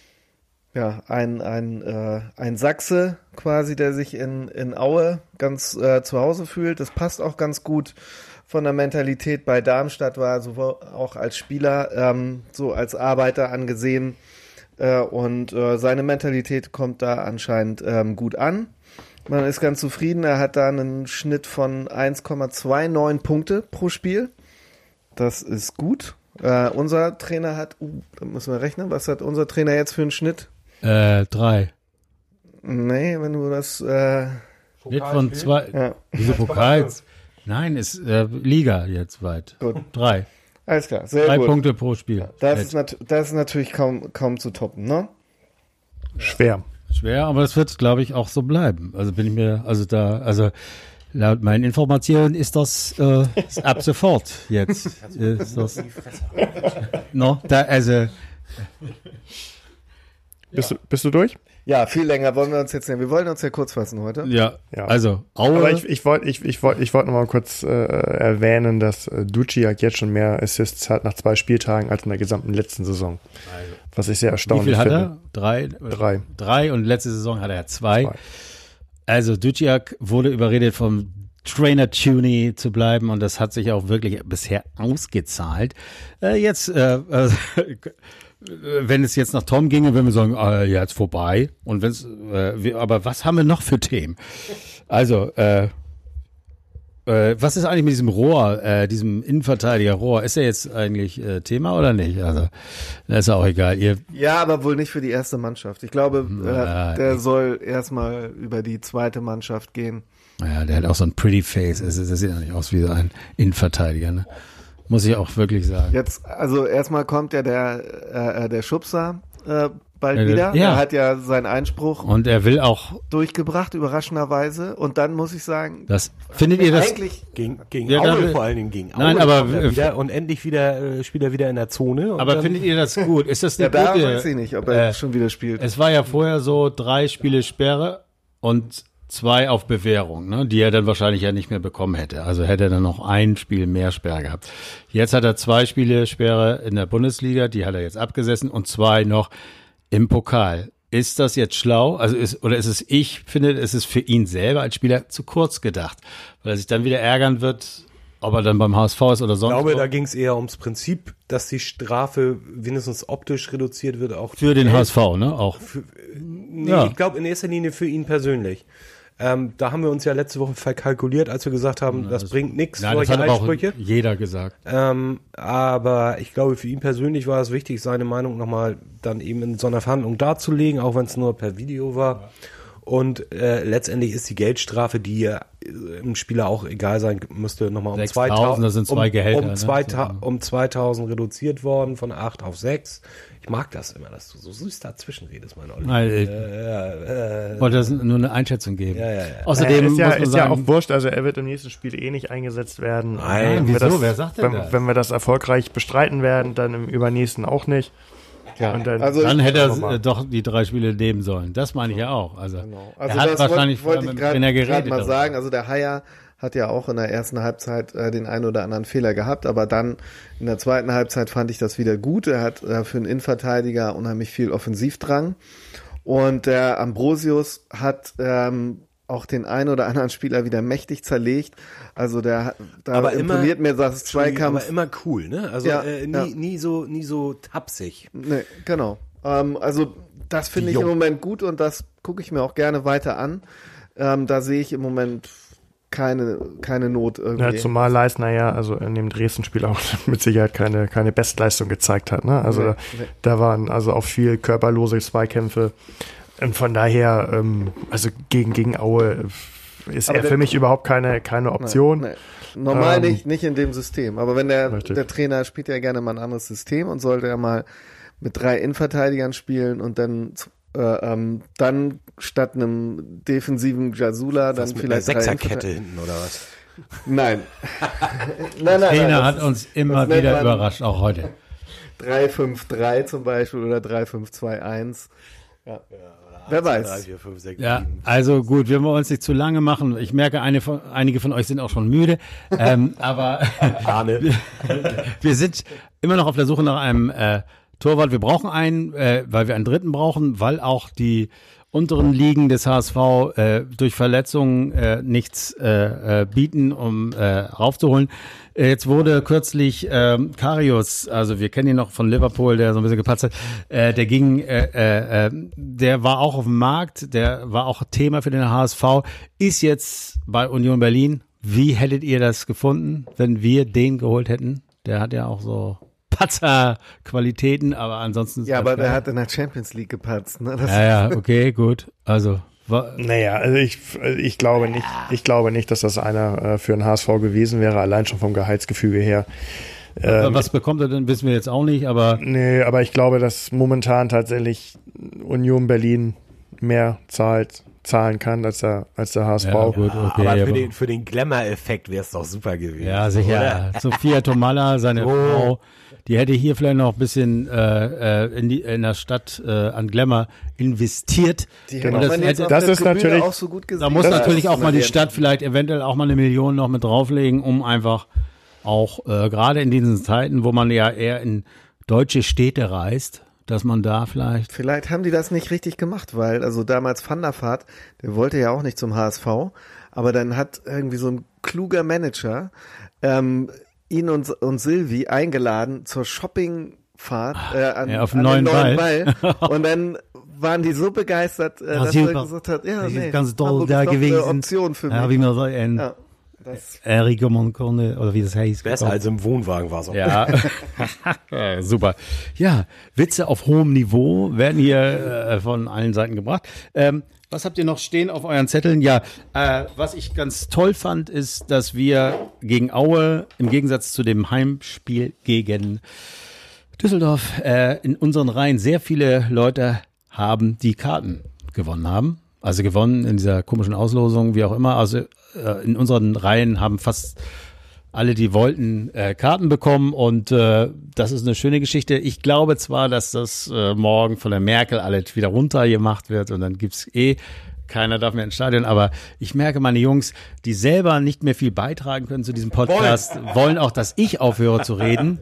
Sachse quasi, der sich in Aue ganz zu Hause fühlt. Das passt auch ganz gut von der Mentalität. Bei Darmstadt war er sowohl auch als Spieler, so als Arbeiter angesehen. Und seine Mentalität kommt da anscheinend gut an. Man ist ganz zufrieden. Er hat da einen Schnitt von 1,29 Punkte pro Spiel. Das ist gut. Unser Trainer hat, da müssen wir rechnen, was hat unser Trainer jetzt für einen Schnitt? 3. Nee, wenn du das... Schnitt von 2. Ja. Wieso Pokal? Nein, ist Liga jetzt weit. Gut. 3. Alles klar, sehr 3 gut. Punkte pro Spiel. Das ist natürlich kaum zu toppen, ne? Schwer. Schwer, aber das wird, glaube ich, auch so bleiben. Also bin ich mir, laut meinen Informationen ist das ist ab sofort jetzt. Ist das, no, da, also. Bist du durch? Ja, viel länger wollen wir uns jetzt nicht. Wir wollen uns ja kurz fassen heute. Ja. Also Aue. Aber ich wollte noch mal kurz erwähnen, dass Duciak jetzt schon mehr Assists hat nach 2 Spieltagen als in der gesamten letzten Saison. Was ich sehr erstaunlich finde. Wie viel hat er? 3 und letzte Saison hat er 2. Also Duciak wurde überredet vom Trainer Tuny zu bleiben und das hat sich auch wirklich bisher ausgezahlt. Wenn es jetzt nach Tom ginge, würden wir sagen, jetzt vorbei. Und aber was haben wir noch für Themen? Also, was ist eigentlich mit diesem Rohr, diesem Innenverteidiger-Rohr? Ist er jetzt eigentlich Thema oder nicht? Also, das ist auch egal. Ja, aber wohl nicht für die erste Mannschaft. Ich glaube, der soll erstmal über die zweite Mannschaft gehen. Ja, der hat auch so ein Pretty Face. Das sieht ja nicht aus wie so ein Innenverteidiger, ne? Muss ich auch wirklich sagen. Jetzt, also erstmal kommt ja der Schubser bald wieder. Ja. Er hat ja seinen Einspruch und er will auch durchgebracht, überraschenderweise. Und dann muss ich sagen, das findet ihr das eigentlich gegen Aue, vor allen Dingen gegen Aue. Nein, aber und endlich spielt er wieder in der Zone. Und aber findet ihr das gut? Ist das ja, da weiß ich nicht, ob er schon wieder spielt. Es war ja vorher so 3 Spiele Sperre und 2 auf Bewährung, ne, die er dann wahrscheinlich ja nicht mehr bekommen hätte. Also hätte er dann noch ein Spiel mehr Sperre gehabt. Jetzt hat er 2 Spiele Sperre in der Bundesliga, die hat er jetzt abgesessen und 2 noch im Pokal. Ist das jetzt schlau? Also ich finde, es ist für ihn selber als Spieler zu kurz gedacht, weil er sich dann wieder ärgern wird, ob er dann beim HSV ist oder sonst. Ich glaube, da ging es eher ums Prinzip, dass die Strafe wenigstens optisch reduziert wird. Auch für den HSV, ne? Auch. Ich glaube in erster Linie für ihn persönlich. Da haben wir uns ja letzte Woche verkalkuliert, als wir gesagt haben, das bringt nichts, solche Einsprüche. Auch jeder gesagt. Aber ich glaube, für ihn persönlich war es wichtig, seine Meinung nochmal dann eben in so einer Verhandlung darzulegen, auch wenn es nur per Video war. Ja. Und letztendlich ist die Geldstrafe, die ja im Spieler auch egal sein müsste, nochmal um 2.000, das sind 2 Gehälter. Um 2.000 reduziert worden, von 8 auf 6. Ich mag das immer, dass du so süß dazwischen redest, mein Olli. Ich wollte das nur eine Einschätzung geben. Ja. Außerdem ist muss man sagen, ja auch wurscht, also er wird im nächsten Spiel nicht eingesetzt werden. Nein, wieso? Wer sagt denn das? Wenn wir das erfolgreich bestreiten werden, dann im übernächsten auch nicht. Ja, und dann hätte er doch die 3 Spiele nehmen sollen. Das meine ich ja auch. Also, genau. er hat das wahrscheinlich wollte ich gerade geredet mal sagen. Also der Haier hat ja auch in der ersten Halbzeit den einen oder anderen Fehler gehabt, aber dann in der zweiten Halbzeit fand ich das wieder gut. Er hat für einen Innenverteidiger unheimlich viel Offensivdrang und der Ambrosius hat auch den einen oder anderen Spieler wieder mächtig zerlegt. Also da imponiert mir das Zweikampf. Aber immer cool, ne? Also nie so tapsig. Nee, genau. Also das finde ich im Moment gut und das gucke ich mir auch gerne weiter an. Da sehe ich im Moment keine Not irgendwie. Ja, zumal Leistner ja also in dem Dresden-Spiel auch mit Sicherheit keine Bestleistung gezeigt hat. Ne? Also da waren also auch viel körperlose Zweikämpfe. Und von daher, also gegen Aue ist er für mich überhaupt keine Option. Nee. Normal nicht in dem System. Aber wenn der Trainer spielt ja gerne mal ein anderes System und sollte er mal mit 3 Innenverteidigern spielen und dann statt einem defensiven Jasula dann mit vielleicht einer Sechserkette hinten oder was? Nein. Der Trainer hat uns immer wieder überrascht, auch heute. 3-5-3 zum Beispiel oder 3-5-2-1. Ja. Wer weiß. 3, 4, 5, 6, Ja, 7. also gut, wir wollen uns nicht zu lange machen. Ich merke, einige von euch sind auch schon müde. Aber Arne. wir sind immer noch auf der Suche nach einem Torwart. Wir brauchen einen, weil wir einen dritten brauchen, weil auch die unteren Ligen des HSV durch Verletzungen nichts bieten, um raufzuholen. Jetzt wurde kürzlich Karius, also wir kennen ihn noch von Liverpool, der so ein bisschen gepatzt hat, der war auch auf dem Markt, der war auch Thema für den HSV, ist jetzt bei Union Berlin. Wie hättet ihr das gefunden, wenn wir den geholt hätten? Der hat ja auch so Patzer-Qualitäten, aber ansonsten... Ja, aber der hat in der Champions League gepatzt. Ne? Ja, okay, gut. Also... Naja, also ich glaube nicht. Ich glaube nicht, dass das einer für den HSV gewesen wäre, allein schon vom Gehaltsgefüge her. Was bekommt er denn, wissen wir jetzt auch nicht, aber... Nee, aber ich glaube, dass momentan tatsächlich Union Berlin mehr zahlen kann als der HSV. Ja, gut, okay, aber für den Glamour-Effekt wäre es doch super gewesen. Ja, sicher. Oder? Sophia Tomalla, seine Frau, die hätte hier vielleicht noch ein bisschen in der Stadt an Glamour investiert. Genau. Das ist natürlich auch so gut gesehen. Da muss natürlich auch mal die Stadt vielleicht eventuell auch mal 1 Million noch mit drauflegen, um einfach auch gerade in diesen Zeiten, wo man ja eher in deutsche Städte reist, dass man da vielleicht haben die das nicht richtig gemacht, weil also damals Van der Vaart, der wollte ja auch nicht zum HSV, aber dann hat irgendwie so ein kluger Manager ihn und Silvi eingeladen zur Shoppingfahrt auf den neuen Ball. Und dann waren die so begeistert, dass er gesagt hat, das ist ganz toll da ist doch gewesen. eine Option für mich. Ja, wie man so Enrico Moncone, oder wie das heißt. Besser als im Wohnwagen war es auch. Ja, super. Ja, Witze auf hohem Niveau werden hier von allen Seiten gebracht. Was habt ihr noch stehen auf euren Zetteln? Ja, was ich ganz toll fand, ist, dass wir gegen Aue, im Gegensatz zu dem Heimspiel gegen Düsseldorf, in unseren Reihen sehr viele Leute haben, die Karten gewonnen haben. Also gewonnen in dieser komischen Auslosung, wie auch immer. Also in unseren Reihen haben fast alle, die wollten, Karten bekommen und das ist eine schöne Geschichte. Ich glaube zwar, dass das morgen von der Merkel alles wieder runtergemacht wird und dann gibt's keiner darf mehr ins Stadion, aber ich merke, meine Jungs, die selber nicht mehr viel beitragen können zu diesem Podcast, wollen auch, dass ich aufhöre zu reden.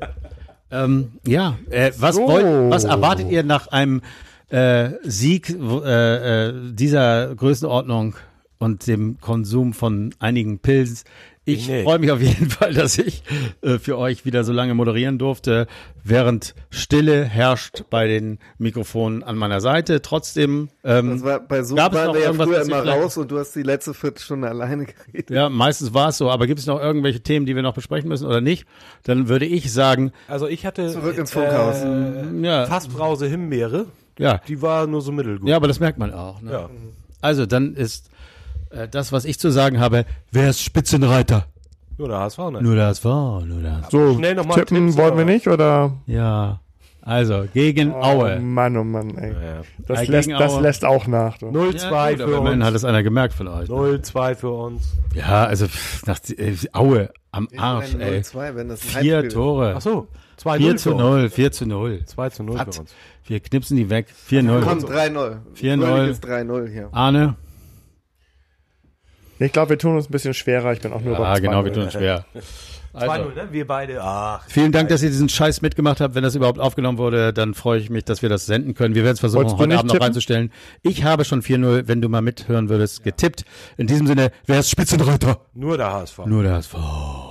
Was erwartet ihr nach einem Sieg dieser Größenordnung und dem Konsum von einigen Pilz? Ich freue mich auf jeden Fall, dass ich für euch wieder so lange moderieren durfte, während Stille herrscht bei den Mikrofonen an meiner Seite. Trotzdem das war bei so waren wir ja früher immer raus und du hast die letzte Viertelstunde alleine geredet. Ja, meistens war es so. Aber gibt es noch irgendwelche Themen, die wir noch besprechen müssen oder nicht? Dann würde ich sagen... Also ich hatte... Zurück ins Funkhaus. Fassbrause Himbeere. Ja. Die war nur so mittelgut. Ja, aber das merkt man auch. Ne? Ja. Also dann ist das, was ich zu sagen habe, wer ist Spitzenreiter? Nur der HSV, ne? Nur der HSV, nur der HSV. So, schnell noch mal tippen Tipps, wollen wir nicht, oder? Ja, also gegen Aue. Oh Mann, ey. Ja. Das Gegen Aue. lässt auch nach. Du. 0-2 für immerhin uns. hat es einer gemerkt von euch. 0-2 für uns. Ja, also nach Aue am Arsch, ey. 0-2, wenn das ein 4 Heimspiel Tore. Ach so. 4 zu 0, 4 zu 0. 2 zu 0 für uns. Wir knipsen die weg. 4-0. Komm, 3-0. 4-0. Fröhliches 3-0 hier. Arne? Ich glaube, wir tun uns ein bisschen schwerer. Ich bin auch nur bei 2-0. Genau, wir tun uns schwer. 2-0, ne? Wir beide. Vielen Dank, dass ihr diesen Scheiß mitgemacht habt. Wenn das überhaupt aufgenommen wurde, dann freue ich mich, dass wir das senden können. Wir werden es versuchen, Wolltest du heute nicht Abend noch tippen? reinzustellen. Ich habe schon 4-0, wenn du mal mithören würdest, getippt. In diesem Sinne, wer ist Spitzenreiter? Nur der HSV. Nur der HSV.